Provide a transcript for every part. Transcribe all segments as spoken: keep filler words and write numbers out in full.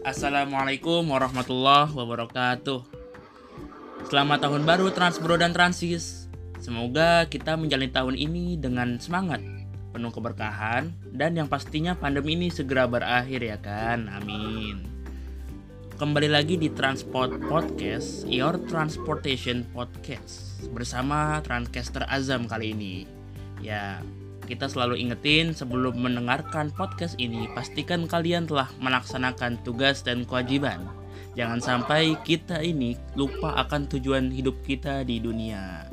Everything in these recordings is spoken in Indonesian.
Assalamualaikum warahmatullahi wabarakatuh. Selamat tahun baru Transbro dan Transis. Semoga kita menjalani tahun ini dengan semangat, penuh keberkahan, dan yang pastinya pandemi ini segera berakhir ya kan, amin. Kembali lagi di Transport Podcast, Your Transportation Podcast, bersama Transcaster Azam kali ini. Ya, kita selalu ingetin sebelum mendengarkan podcast ini, pastikan kalian telah melaksanakan tugas dan kewajiban. Jangan sampai kita ini lupa akan tujuan hidup kita di dunia.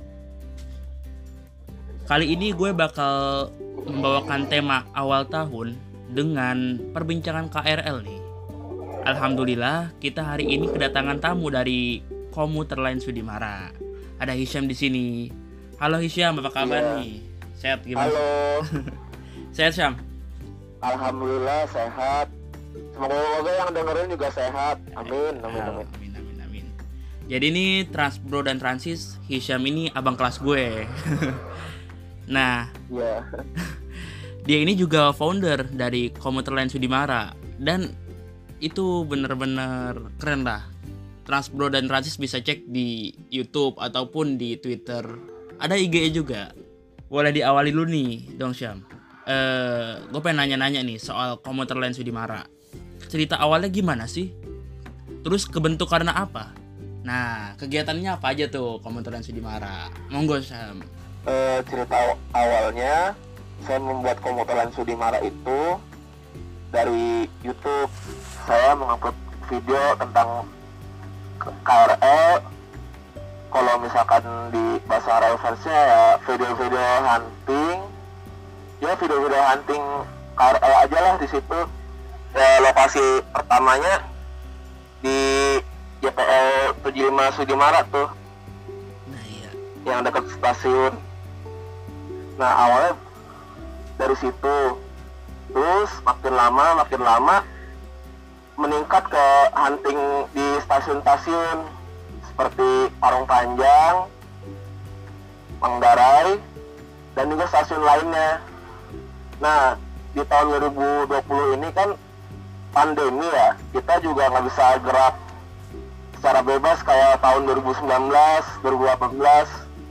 Kali ini gue bakal membawakan tema awal tahun dengan perbincangan K R L nih. Alhamdulillah, kita hari ini kedatangan tamu dari komuter lain Sudimara. Ada Hisham di sini. Halo Hisham, apa kabar yeah. nih? Sehat gimana? Halo. Sehat Syam? Alhamdulillah sehat. Semoga yang dengerin juga sehat. Amin. Amin. Amin. Amin. Amin. Amin. Jadi ini Transbro dan Transis, Hisham ini abang kelas gue. Nah, yeah. dia ini juga founder dari komuter lain Sudimara dan itu bener-bener keren lah. Transbro dan Transis bisa cek di YouTube ataupun di Twitter. Ada I G juga. Boleh diawali dulu nih dong Syam. uh, Gue pengen nanya-nanya nih soal komuter lain Sudimara. Cerita awalnya gimana sih? Terus kebentuk karena apa? Nah, kegiatannya apa aja tuh komuter lain Sudimara? Monggo Syam. uh, Cerita awalnya saya membuat komuter lain Sudimara itu dari YouTube. Saya mengupload video tentang K R L. Kalau misalkan di bahasa referensinya ya video-video hunting, ya video-video hunting K R L aja lah di situ. Ya, lokasi pertamanya di J P L tujuh puluh lima Sudimara tuh, nah, iya. yang dekat stasiun. Nah awalnya dari situ, terus makin lama makin lama meningkat ke hunting di stasiun-stasiun seperti Parung Panjang, Manggarai, dan juga stasiun lainnya. Nah, di tahun dua ribu dua puluh ini kan pandemi ya, kita juga nggak bisa gerak secara bebas kayak tahun dua ribu sembilan belas, dua ribu delapan belas.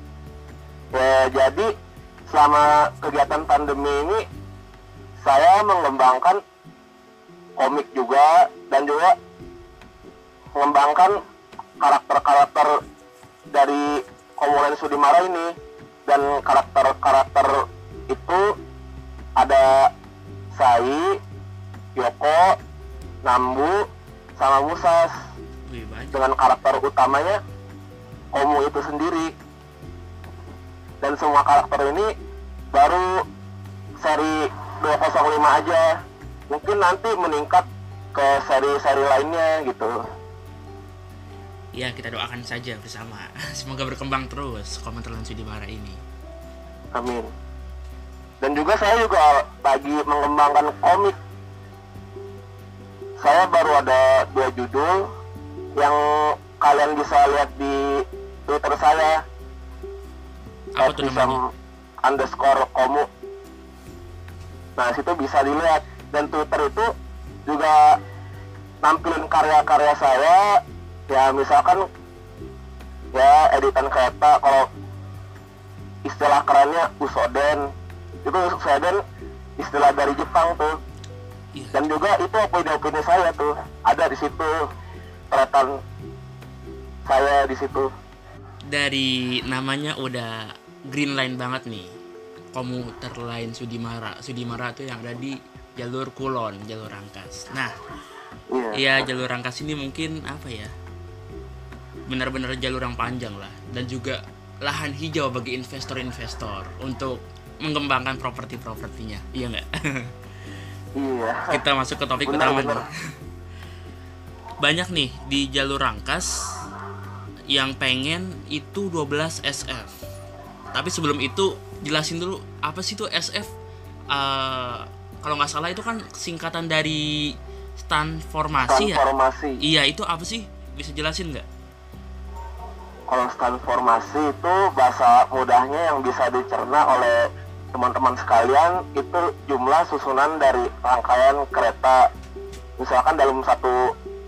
Ya, jadi selama kegiatan pandemi ini, saya mengembangkan komik juga, dan juga mengembangkan karakter-karakter dari komuter lain Sudimara ini. Dan karakter-karakter itu ada Sai, Yoko, Nambu, sama Musas. Wih, dengan karakter utamanya Komu itu sendiri. Dan semua karakter ini baru seri dua nol lima aja. Mungkin nanti meningkat ke seri-seri lainnya gitu. Ya, kita doakan saja bersama. Semoga berkembang terus komuter lain Sudimara ini. Amin. Dan juga saya juga lagi mengembangkan komik. Saya baru ada dua judul yang kalian bisa lihat di Twitter saya. Apa tuh namanya? Underscore Komu. Nah, situ bisa dilihat. Dan Twitter itu juga nampilin karya-karya saya. Ya misalkan ya editan kereta, kalau istilah kerennya usoden. Itu usoden istilah dari Jepang tuh. Iya. Dan juga itu opini-opini saya tuh ada di situ, keretan saya di situ. Dari namanya udah green line banget nih. Komuter lain Sudimara. Sudimara tuh yang ada di jalur Kulon, jalur Rangkas. Nah, iya ya, jalur Rangkas ini mungkin apa ya? Benar-benar jalur yang panjang lah, dan juga lahan hijau bagi investor-investor untuk mengembangkan properti-propertinya. Iya nggak? Iya. Kita masuk ke topik benar, utama benar. nih. Banyak nih di jalur Rangkas yang pengen itu dua belas S F. Tapi sebelum itu jelasin dulu apa sih itu S F. Uh, kalau nggak salah itu kan singkatan dari stand formasi ya. Formasi. Iya, itu apa sih? Bisa jelasin nggak? Kalau stand formasi itu bahasa mudahnya yang bisa dicerna oleh teman-teman sekalian, itu jumlah susunan dari rangkaian kereta. Misalkan dalam satu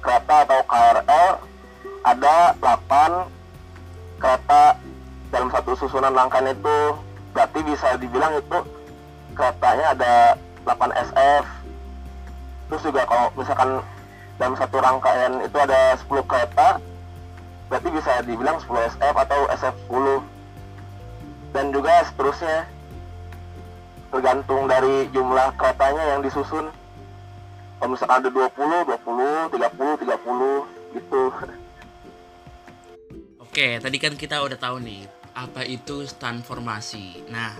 kereta atau K R L ada delapan kereta dalam satu susunan rangkaian itu, berarti bisa dibilang itu keretanya ada delapan S F. Terus juga kalau misalkan dalam satu rangkaian itu ada sepuluh kereta, berarti bisa dibilang sepuluh S F atau S F sepuluh. Dan juga seterusnya, tergantung dari jumlah keretanya yang disusun. Kalau misalkan ada dua puluh, dua puluh, tiga puluh, tiga puluh gitu. Oke, tadi kan kita udah tahu nih apa itu stand formasi. Nah,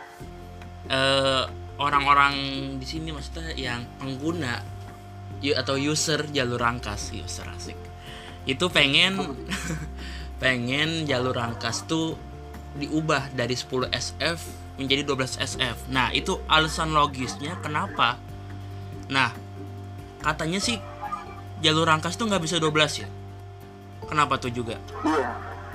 eh, orang-orang di sini maksudnya yang pengguna y- atau user jalur rangkas, user asik, itu pengen pengen jalur rangkas tuh diubah dari sepuluh S F menjadi dua belas S F. Nah, itu alasan logisnya kenapa. Nah, katanya sih jalur rangkas tuh nggak bisa dua belas ya. Kenapa tuh juga? Iya.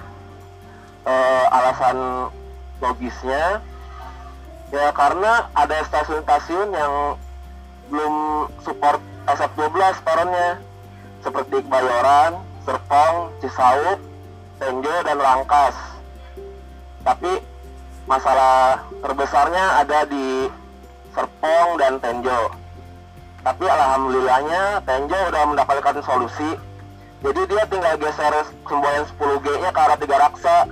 Uh, alasan logisnya ya karena ada stasiun-stasiun yang belum support S F dua belas peronnya, seperti Kebayoran, Serpong, Cisauk, Tenjo, dan Rangkas. Tapi masalah terbesarnya ada di Serpong dan Tenjo. Tapi alhamdulillahnya Tenjo udah mendapatkan solusi. Jadi dia tinggal geser semboyan sepuluh G nya ke arah Tiga Raksa.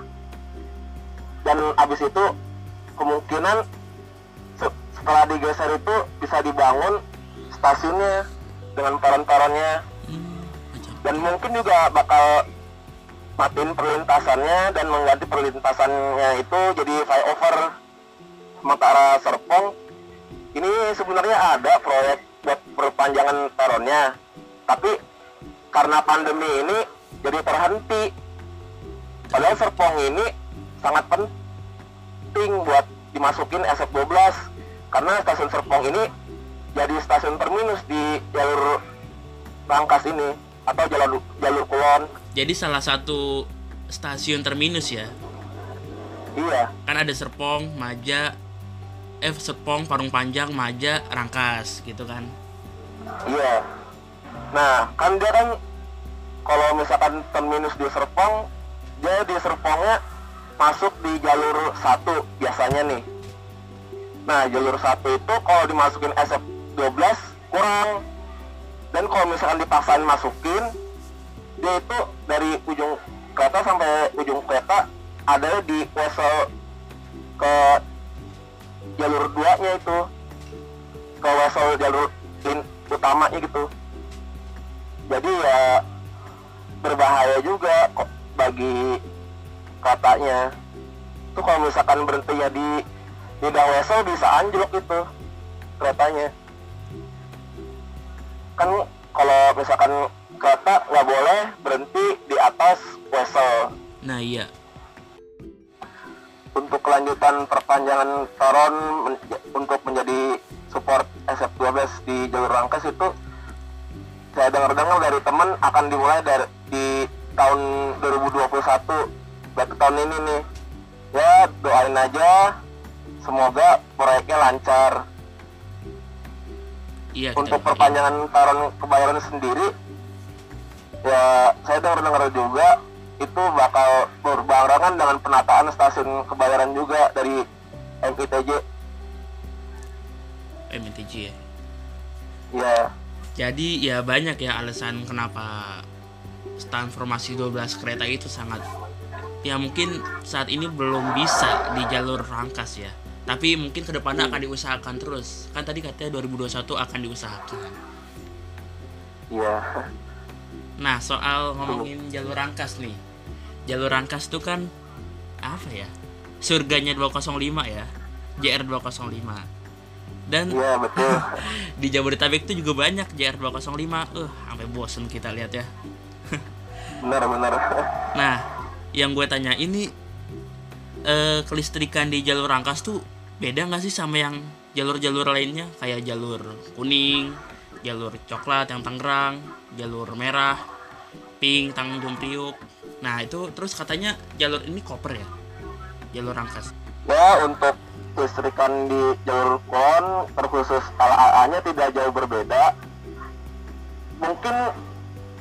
Dan abis itu kemungkinan setelah digeser itu bisa dibangun stasiunnya dengan peron-peronnya. Dan mungkin juga bakal matiin perlintasannya dan mengganti perlintasannya itu jadi flyover. Sementara Serpong ini sebenarnya ada proyek buat perpanjangan peronnya, tapi karena pandemi ini jadi terhenti. Padahal Serpong ini sangat penting buat dimasukin S F dua belas karena stasiun Serpong ini jadi stasiun terminus di jalur Rangkas ini atau jalur jalur Kulon. Jadi salah satu stasiun terminus ya. Iya. Kan ada Serpong, Maja, eh Serpong, Parung Panjang, Maja, Rangkas gitu kan. Iya. Nah, kan dia kan kalau misalkan terminus di Serpong, dia di Serpongnya masuk di jalur satu biasanya nih. Nah, jalur satu itu kalau dimasukin S F dua belas kurang. Dan kalau misalkan dipaksain masukin, dia itu dari ujung kereta sampai ujung kereta ada di wesel ke jalur dua nya itu, ke wesel jalur in, utamanya gitu. Jadi ya berbahaya juga kok bagi keretanya. Itu kalau misalkan berhentinya di lidah wesel bisa anjlok itu keretanya. Kan kalau misalkan kereta nggak boleh berhenti di atas wesel. Nah iya. Untuk kelanjutan perpanjangan peron men- untuk menjadi support S F dua belas di jalur Rangkas itu saya dengar-dengar dari teman akan dimulai dari di tahun dua ribu dua puluh satu, berarti tahun ini nih. Ya doain aja semoga proyeknya lancar. Iya. Untuk perpanjangan peron Kebayoran sendiri ya saya dengar-dengar juga itu bakal berbarengan dengan penataan stasiun Kebayoran juga dari M I T J. M I T J ya. Ya. Jadi ya banyak ya alasan kenapa stand formasi dua belas kereta itu sangat ya mungkin saat ini belum bisa di jalur Rangkas ya. Tapi mungkin kedepannya akan diusahakan terus. Kan tadi katanya dua ribu dua puluh satu akan diusahakan. Iya. Nah, soal ngomongin jalur Rangkas nih. Jalur Rangkas tuh kan apa ya? Surganya dua nol lima ya. J R dua nol lima. Dan iya, betul. di Jabodetabek tuh juga banyak J R dua nol lima. Eh, uh, sampai bosen kita lihat ya. Benar, benar. Nah, yang gue tanya ini eh, kelistrikan di jalur Rangkas tuh beda nggak sih sama yang jalur-jalur lainnya kayak jalur kuning, jalur coklat yang Tangerang, jalur merah, pink Tanjung Priuk. Nah itu terus katanya jalur ini koper ya, jalur Rangkas. Ya untuk kelistrikan di jalur Kulon terkhusus L A A-nya tidak jauh berbeda. Mungkin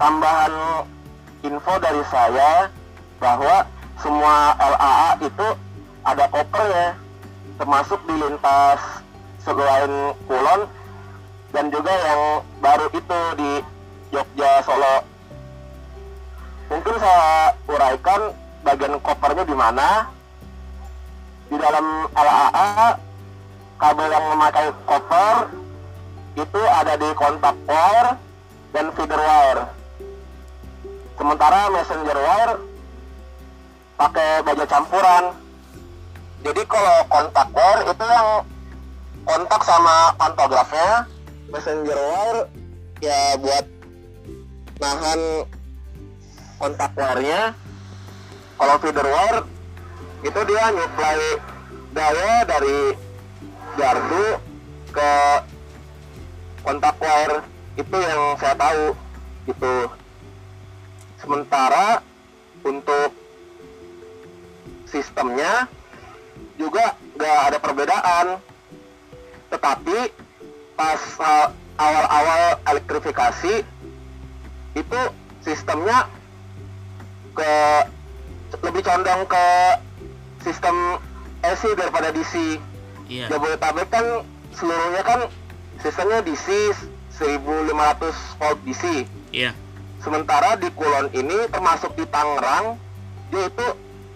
tambahan info dari saya bahwa semua L A A itu ada kopernya, termasuk di lintas selain Kulon dan juga yang baru itu di Jogja Solo. Mungkin saya uraikan bagian kopernya di mana. Di dalam L A A, kabel yang memakai koper itu ada di kontak wire dan feeder wire. Sementara messenger wire pakai baja campuran. Jadi kalau kontak wire itu yang kontak sama pantografnya, messenger wire ya buat nahan kontak wire-nya. Kalau feeder wire itu dia nyuplai daya dari gardu ke kontak wire. Itu yang saya tahu gitu. Sementara untuk sistemnya juga nggak ada perbedaan, tetapi pas uh, awal-awal elektrifikasi itu sistemnya ke lebih condong ke sistem A C daripada D C. Iya. Jabodetabek kan seluruhnya kan sistemnya D C seribu lima ratus volt D C. Iya. Sementara di Kulon ini termasuk di Tangerang dia itu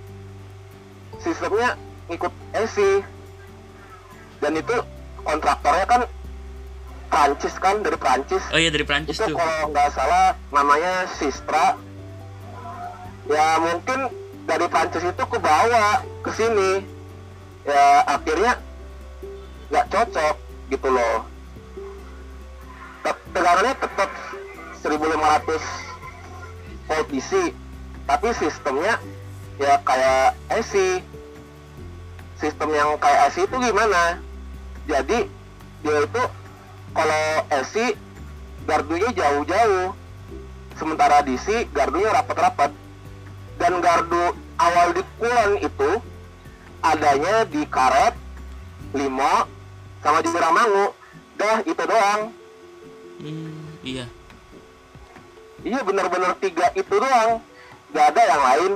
sistemnya ikut A C. Dan itu kontraktornya kan Prancis kan, dari Prancis. Oh iya, dari Prancis itu tuh. kalau nggak salah namanya Sistra. Ya mungkin dari Prancis itu ke bawah ke sini, ya akhirnya nggak cocok gitu loh. Tegangannya tetap seribu lima ratus volt D C, tapi sistemnya ya kayak A C. Sistem yang kayak A C itu gimana? Jadi dia itu kalau A C gardunya jauh-jauh, sementara D C gardunya rapat-rapat. Dan gardu awal di Kulon itu adanya di Karet, Limo, sama Juramangu. Dah itu doang. Hmm, iya. Iya benar-benar tiga itu doang, gak ada yang lain.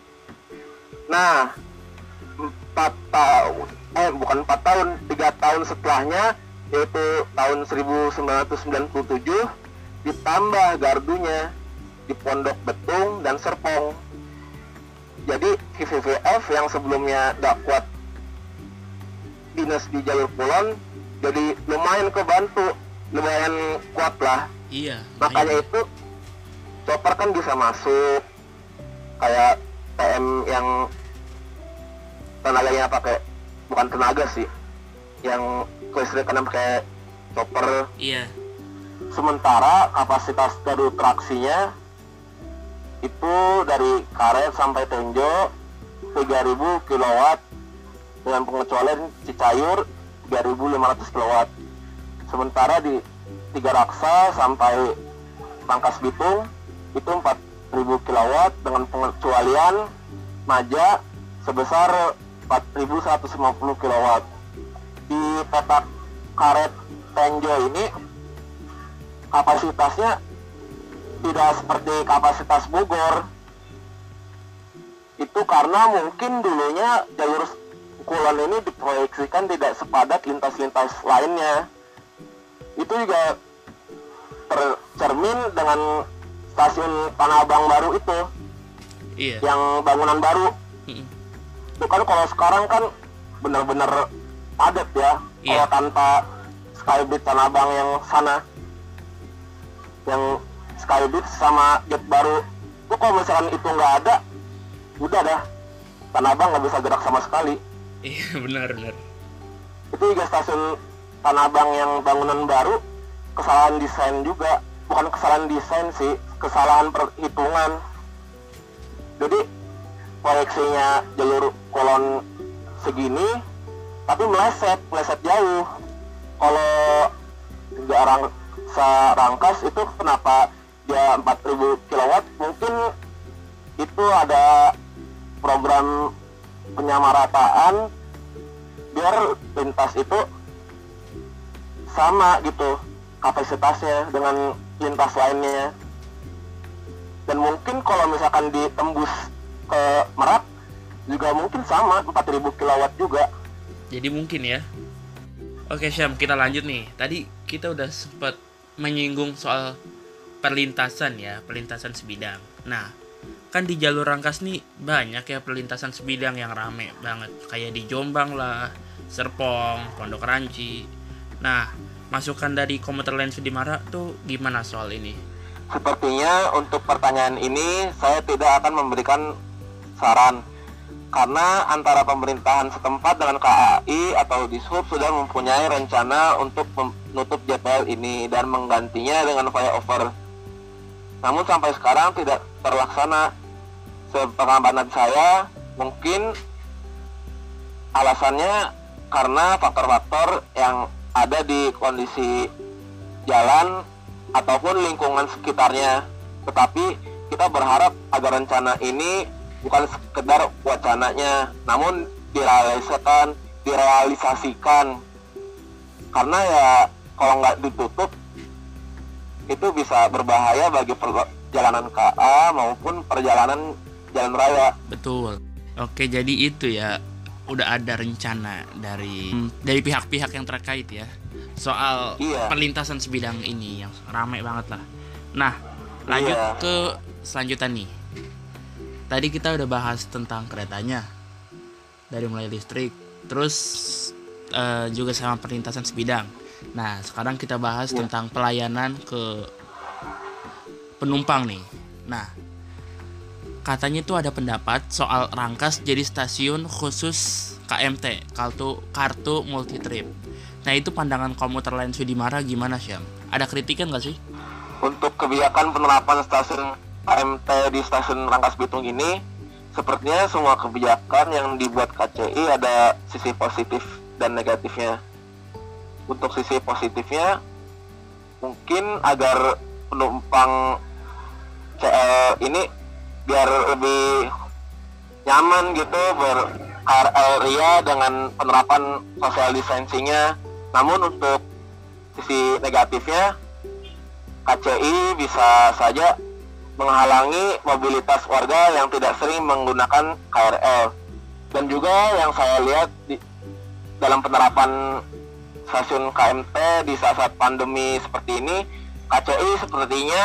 Nah, empat tahun, eh bukan empat tahun, tiga tahun setelahnya, yaitu tahun seribu sembilan ratus sembilan puluh tujuh, ditambah gardunya di Pondok Betung dan Serpong. Jadi V V V F yang sebelumnya gak kuat dinas di jalur Kulon, jadi lumayan kebantu, lumayan kuat lah. Iya. Makanya iya. itu chopper kan bisa masuk, kayak T M yang tenaganya pakai, bukan tenaga sih, yang kelistrikan pakai chopper. Iya. Sementara kapasitas gardu traksinya itu dari Karet sampai Tenjo tiga ribu kilowatt dengan pengecualian Cicayur tiga ribu lima ratus kilowatt. Sementara di Tiga Raksa sampai Pangkas Bitung itu empat ribu kilowatt dengan pengecualian Maja sebesar empat ribu seratus lima puluh kilowatt. Di petak Karet Tenjo ini kapasitasnya tidak seperti kapasitas Bogor. Itu karena mungkin dulunya jalur Kulon ini diproyeksikan tidak sepadat lintas-lintas lainnya. Itu juga tercermin dengan stasiun Tanah Abang baru itu. Iya. Yang bangunan baru. Mm-mm. Itu kan kalau sekarang kan benar-benar padat ya. Iya. Kalau tanpa Skybridge Tanah Abang yang sana, yang Skybridge sama jet baru, itu kalau misalkan itu nggak ada, udah dah, Tanah Abang nggak bisa gerak sama sekali. Iya, benar-benar. Itu juga stasiun Tanah Abang yang bangunan baru, kesalahan desain juga. Bukan kesalahan desain sih, kesalahan perhitungan. Jadi proyeksinya jalur Kulon segini, tapi meleset, meleset jauh. Kalau jarang Rangkas itu kenapa dia empat ribu kilowatt? Mungkin itu ada program penyamarataan biar lintas itu sama gitu kapasitasnya dengan lintas lainnya. Dan mungkin kalau misalkan ditembus ke Merak juga mungkin sama empat ribu kilowatt juga. Jadi mungkin ya. Oke Syam, kita lanjut nih. Tadi kita udah sempat menyinggung soal perlintasan ya, perlintasan sebidang. Nah, kan di jalur Rangkas nih banyak ya perlintasan sebidang yang rame banget. Kayak di Jombang lah, Serpong, Pondok Ranci. Nah, masukan dari Komuter Lain Sudimara tuh gimana soal ini? Sepertinya untuk pertanyaan ini saya tidak akan memberikan saran, karena antara pemerintahan setempat dengan K A I atau Dishub sudah mempunyai rencana untuk menutup jadwal ini dan menggantinya dengan flyover. Namun sampai sekarang tidak terlaksana. Sepengamanan saya, mungkin alasannya karena faktor-faktor yang ada di kondisi jalan ataupun lingkungan sekitarnya. Tetapi kita berharap agar rencana ini bukan sekedar wacananya, namun direalisasikan, direalisasikan. Karena ya kalau nggak ditutup, itu bisa berbahaya bagi perjalanan K A maupun perjalanan jalan raya. Betul. Oke, jadi itu ya, udah ada rencana dari dari pihak-pihak yang terkait ya soal iya. perlintasan sebidang ini yang ramai banget lah. Nah, lanjut iya. ke selanjutnya nih. Tadi kita udah bahas tentang keretanya, dari mulai listrik, terus uh, juga sama perlintasan sebidang. Nah, sekarang kita bahas ya. tentang pelayanan ke penumpang nih. Nah, katanya tuh ada pendapat soal Rangkas jadi stasiun khusus K M T, kartu kartu multi trip. Nah, itu pandangan Komuter Lain Sudimara gimana, Syam? Ada kritikan nggak sih? Untuk kebijakan penerapan stasiun K M T di stasiun Rangkas Bitung ini, sepertinya semua kebijakan yang dibuat K C I ada sisi positif dan negatifnya. Untuk sisi positifnya, mungkin agar penumpang C L ini biar lebih nyaman gitu ber-K R L ria dengan penerapan social distancing-nya. Namun untuk sisi negatifnya, K C I bisa saja menghalangi mobilitas warga yang tidak sering menggunakan K R L. Dan juga yang saya lihat di dalam penerapan stasiun K M T di saat-saat pandemi seperti ini, K C I sepertinya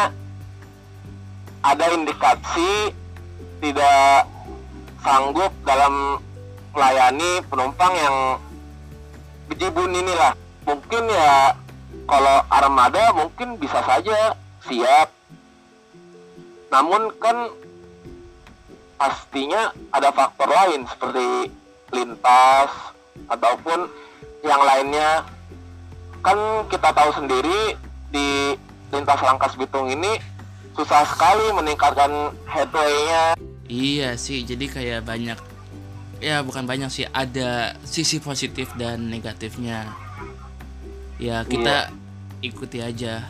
ada indikasi tidak sanggup dalam melayani penumpang yang bejibun inilah. Mungkin ya kalau armada mungkin bisa saja siap, namun kan pastinya ada faktor lain seperti lintas ataupun yang lainnya. Kan kita tahu sendiri di lintas Rangkas Bitung ini susah sekali meningkatkan headway-nya. Iya sih, jadi kayak banyak, ya bukan banyak sih, ada sisi positif dan negatifnya. Ya kita iya. ikuti aja.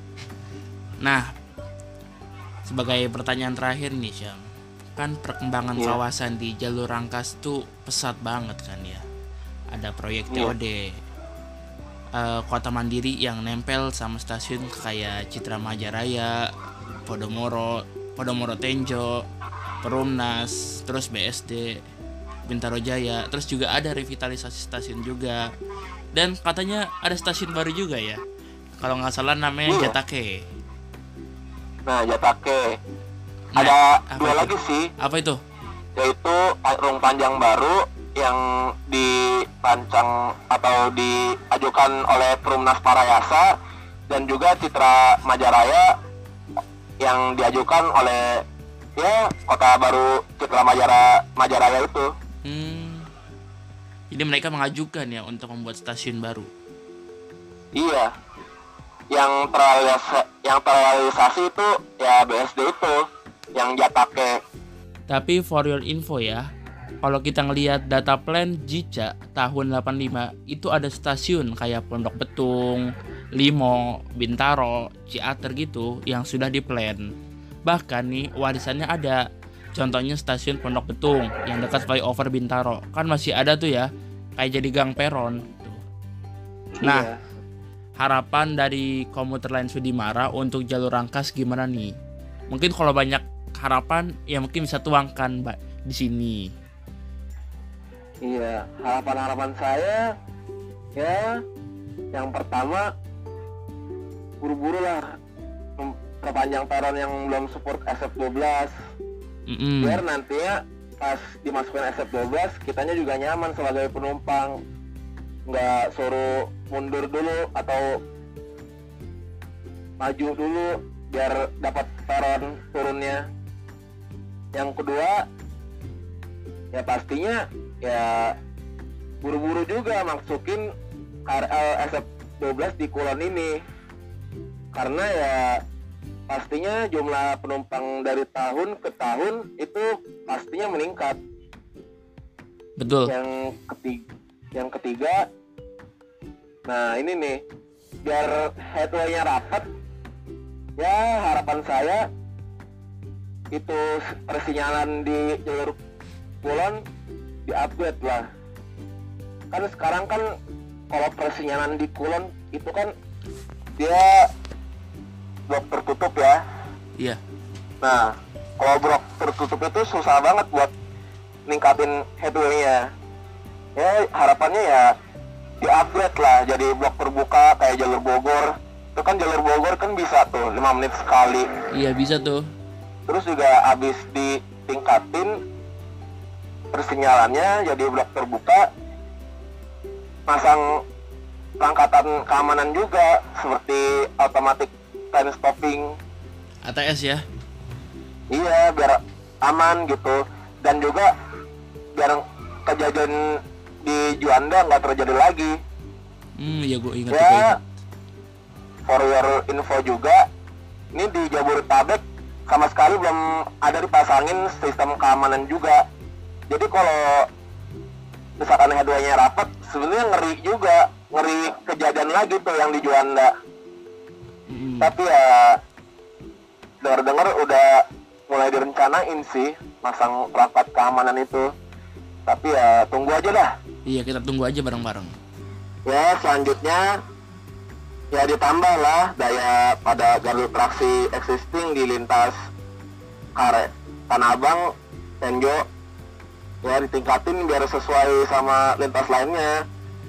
Nah, sebagai pertanyaan terakhir nih Syam, kan perkembangan yeah. kawasan di jalur Rangkas tuh pesat banget kan ya. Ada proyek T O D, yeah. uh, kota mandiri yang nempel sama stasiun kayak Citra Majaraya, Podomoro, Podomoro Tenjo, Perumnas, terus B S D, Bintaro Jaya, terus juga ada revitalisasi stasiun juga. Dan katanya ada stasiun baru juga ya, kalau nggak salah namanya yeah. Jatake. Nah, Jatake. Nah, ada dua itu? lagi sih. Apa itu? Yaitu Rung Panjang baru yang dirancang atau diajukan oleh Perumnas Parayasa, dan juga Citra Majaraya yang diajukan oleh ya kota baru Citra Majara Majaraya itu. Hmm. Jadi mereka mengajukan ya untuk membuat stasiun baru. Iya. Yang terrealisasi, yang terrealisasi itu ya B S D itu, yang Jatake. Tapi for your info ya, kalau kita ngelihat data plan Jica tahun delapan puluh lima, itu ada stasiun kayak Pondok Betung, Limo, Bintaro, Ciater gitu yang sudah di plan. Bahkan nih warisannya ada. Contohnya stasiun Pondok Betung yang dekat flyover Bintaro, kan masih ada tuh ya, kayak jadi gang peron tuh. Nah, iya. Harapan dari Komuter Lain Sudimara untuk jalur Rangkas gimana nih? Mungkin kalau banyak harapan ya mungkin bisa tuangkan Mbak di sini. Iya, harapan-harapan saya ya yang pertama buru-buru lah perpanjang peron yang belum support S F dua belas. Mm-mm. Biar nantinya pas dimasukin S F dua belas kitanya juga nyaman sebagai penumpang, nggak suruh mundur dulu atau maju dulu biar dapat peron turunnya. Yang kedua ya pastinya ya buru-buru juga masukin K R L S F dua belas di Kulon ini, karena ya pastinya jumlah penumpang dari tahun ke tahun itu pastinya meningkat. Betul. Yang ketiga, yang ketiga, nah ini nih, biar headway-nya rapat, ya harapan saya itu persinyalan di jalur Kulon di-upgrade lah. Kan sekarang kan kalau persinyalan di Kulon itu kan dia blok tertutup ya. Iya. Nah, kalau blok tertutup itu susah banget buat ningkatin headway-nya. Ya harapannya ya di-upgrade lah jadi blok terbuka kayak jalur Bogor. Itu kan jalur Bogor kan bisa tuh lima menit sekali. Iya bisa tuh. Terus juga habis ditingkatin persinyalannya jadi blok terbuka, pasang perangkatan keamanan juga seperti automatic time stopping A T S ya. Iya, biar aman gitu. Dan juga biar kejadian di Juanda nggak terjadi lagi. Hmm, ya gue ingat. Ya, for your info juga, ini di Jabodetabek sama sekali belum ada dipasangin sistem keamanan juga. Jadi kalau misalkan headway-nya rapat, sebenarnya ngeri juga, ngeri kejadian lagi tuh yang di Juanda. Hmm. Tapi ya dengar-dengar udah mulai direncanain sih masang perangkat keamanan itu. Tapi ya tunggu aja dah. Iya, kita tunggu aja bareng-bareng. Ya selanjutnya ya ditambah lah daya pada gardu traksi existing di lintas Kare, Tanah Abang, Tenjo. Ya ditingkatin biar sesuai sama lintas lainnya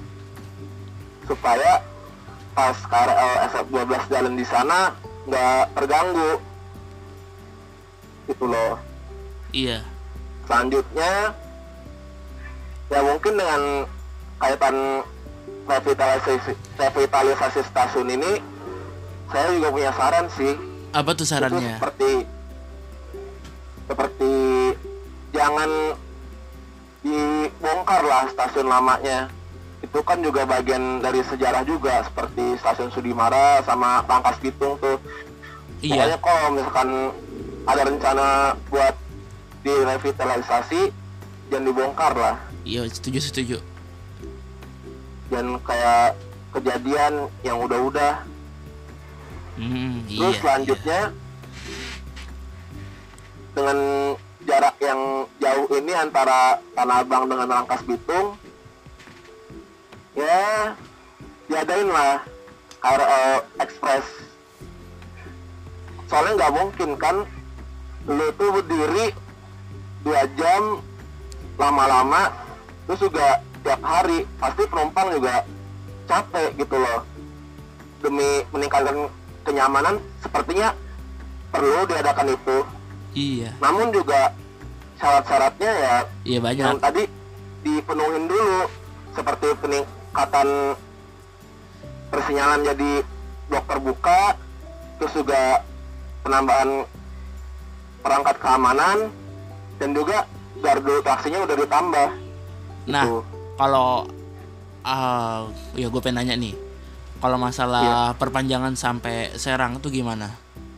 supaya pas K R L S F dua belas jalan di sana nggak terganggu gitu loh. Iya. Selanjutnya ya mungkin dengan kaitan revitalisasi revitalisasi stasiun ini saya juga punya saran sih. Apa tuh Itu sarannya? seperti seperti jangan dibongkar lah stasiun lamanya. Itu kan juga bagian dari sejarah juga, seperti stasiun Sudimara sama Rangkas Bitung tuh. Iya. Pokoknya kalau misalkan ada rencana buat direvitalisasi jangan dibongkar lah. Iya, setuju setuju. Dan kayak kejadian yang udah-udah. Hmm, Terus iya. selanjutnya Iya. dengan jarak yang jauh ini antara Tanah Abang dengan Rangkas Bitung, ya diadain lah K R L Express. Soalnya nggak mungkin kan lu tuh berdiri dua jam lama-lama, terus juga tiap hari pasti penumpang juga capek gitu loh. Demi meningkatkan kenyamanan sepertinya perlu diadakan itu. Iya. Namun juga syarat-syaratnya ya Iya banyak. yang tadi dipenuhin dulu, seperti peningkatan persinyalan jadi blok terbuka, terus juga penambahan perangkat keamanan, dan juga gardu taksinya udah ditambah. Nah, Gitu. kalau uh, ya gue pengen nanya nih, kalau masalah perpanjangan sampai Serang itu gimana?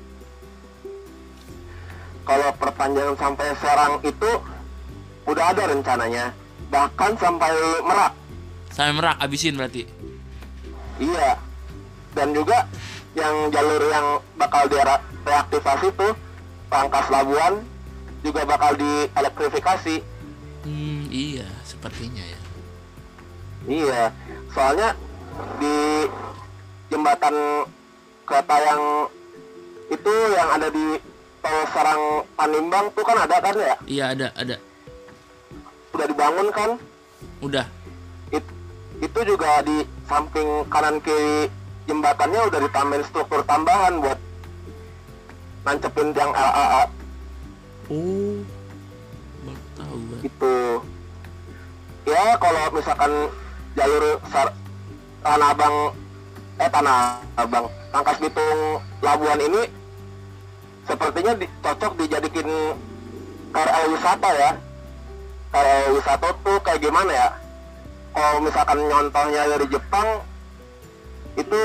Kalau perpanjangan sampai Serang itu udah ada rencananya, bahkan sampai Merak. Sampai Merak abisin berarti. Iya. Dan juga yang jalur yang bakal direaktivasi tuh Rangkas Labuan juga bakal dielektrifikasi. Hmm, iya, sepertinya ya. Iya, soalnya di jembatan kereta yang itu yang ada di tol Serang Panimbang tuh kan ada kan ya? Iya ada, ada. Udah dibangun kan? Udah. It, itu juga di samping kanan kiri jembatannya udah ditambahin struktur tambahan buat nancepin tiang L A A. Oh, baru tahu gue. Gitu. Ya kalau misalkan jalur Sar- Tanah Abang eh Tanah Abang Rangkas Bitung Labuan ini sepertinya di, cocok dijadikan K R L wisata ya. K R L wisata tuh kayak gimana ya? Kalau misalkan nyontohnya dari Jepang itu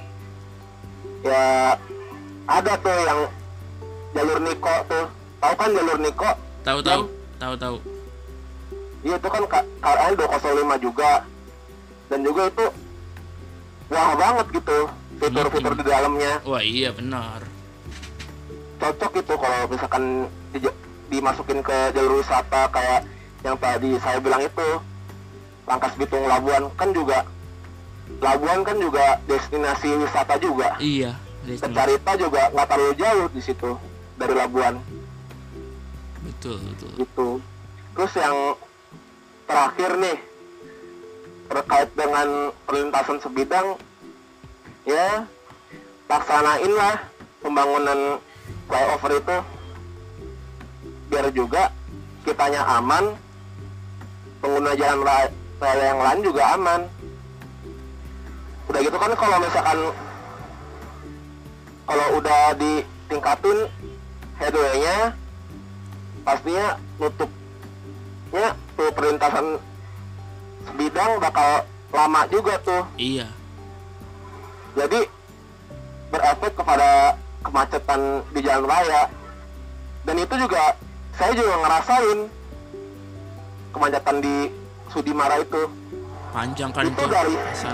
ya ada tuh yang jalur Niko tuh. Tahu kan jalur Niko? Tahu tahu, tahu tahu. Iya itu kan K R L dua nol lima juga. Dan juga itu wah banget gitu fitur-fitur di dalamnya. Wah iya benar. Cocok itu kalau misalkan di, dimasukin ke jalur wisata kayak yang tadi saya bilang itu Rangkas Bitung Labuan kan juga Labuan kan juga destinasi wisata juga. Iya. Dan Carita juga nggak terlalu jauh di situ dari Labuan. Betul betul. Gitu. Terus yang terakhir nih terkait dengan perlintasan sebidang, ya laksanain lah pembangunan flyover itu biar juga kitanya aman, pengguna jalan raya raya yang lain juga aman. Udah gitu kan kalau misalkan kalau udah ditingkatin headway-nya pastinya nutupnya tuh perlintasan sebidang bakal lama juga tuh. Iya. Jadi berefek kepada kemacetan di jalan raya. Dan itu juga saya juga ngerasain kemacetan di Sudimara itu. Panjang kan Itu itu dari pasar.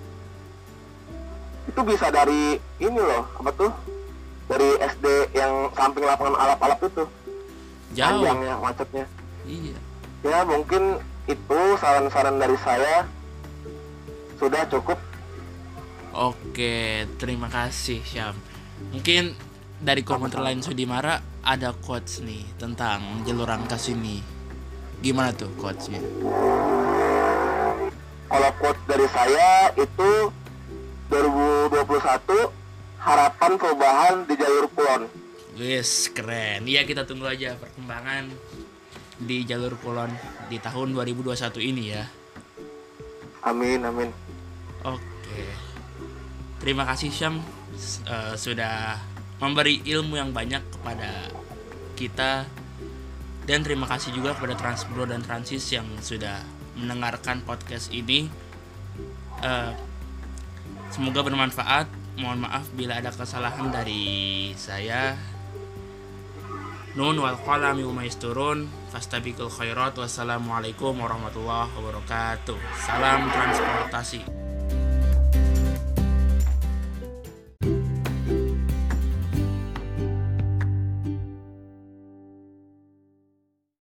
itu bisa dari ini loh, apa tuh? Dari S D yang samping lapangan alap-alap itu. Jauh. Panjangnya macetnya. Iya. Ya mungkin itu saran-saran dari saya sudah cukup. Oke, terima kasih Syam. Mungkin dari komentar lain Sudimara ada quotes nih tentang jalur Rangkas ini. Gimana tuh quotesnya? Kalau quote dari saya itu dua ribu dua puluh satu harapan perubahan di jalur Kulon. Wis, keren. Iya, kita tunggu aja perkembangan di jalur Kulon di tahun dua ribu dua puluh satu ini ya. Amin, amin. Oke. Terima kasih Syam uh, sudah memberi ilmu yang banyak kepada kita. Dan terima kasih juga kepada Transbro dan Transis yang sudah mendengarkan podcast ini. Uh, semoga bermanfaat. Mohon maaf bila ada kesalahan dari saya. Nun wal qalami wa maisturun fastabiqul khairat. Wassalamualaikum warahmatullahi wabarakatuh. Salam transportasi.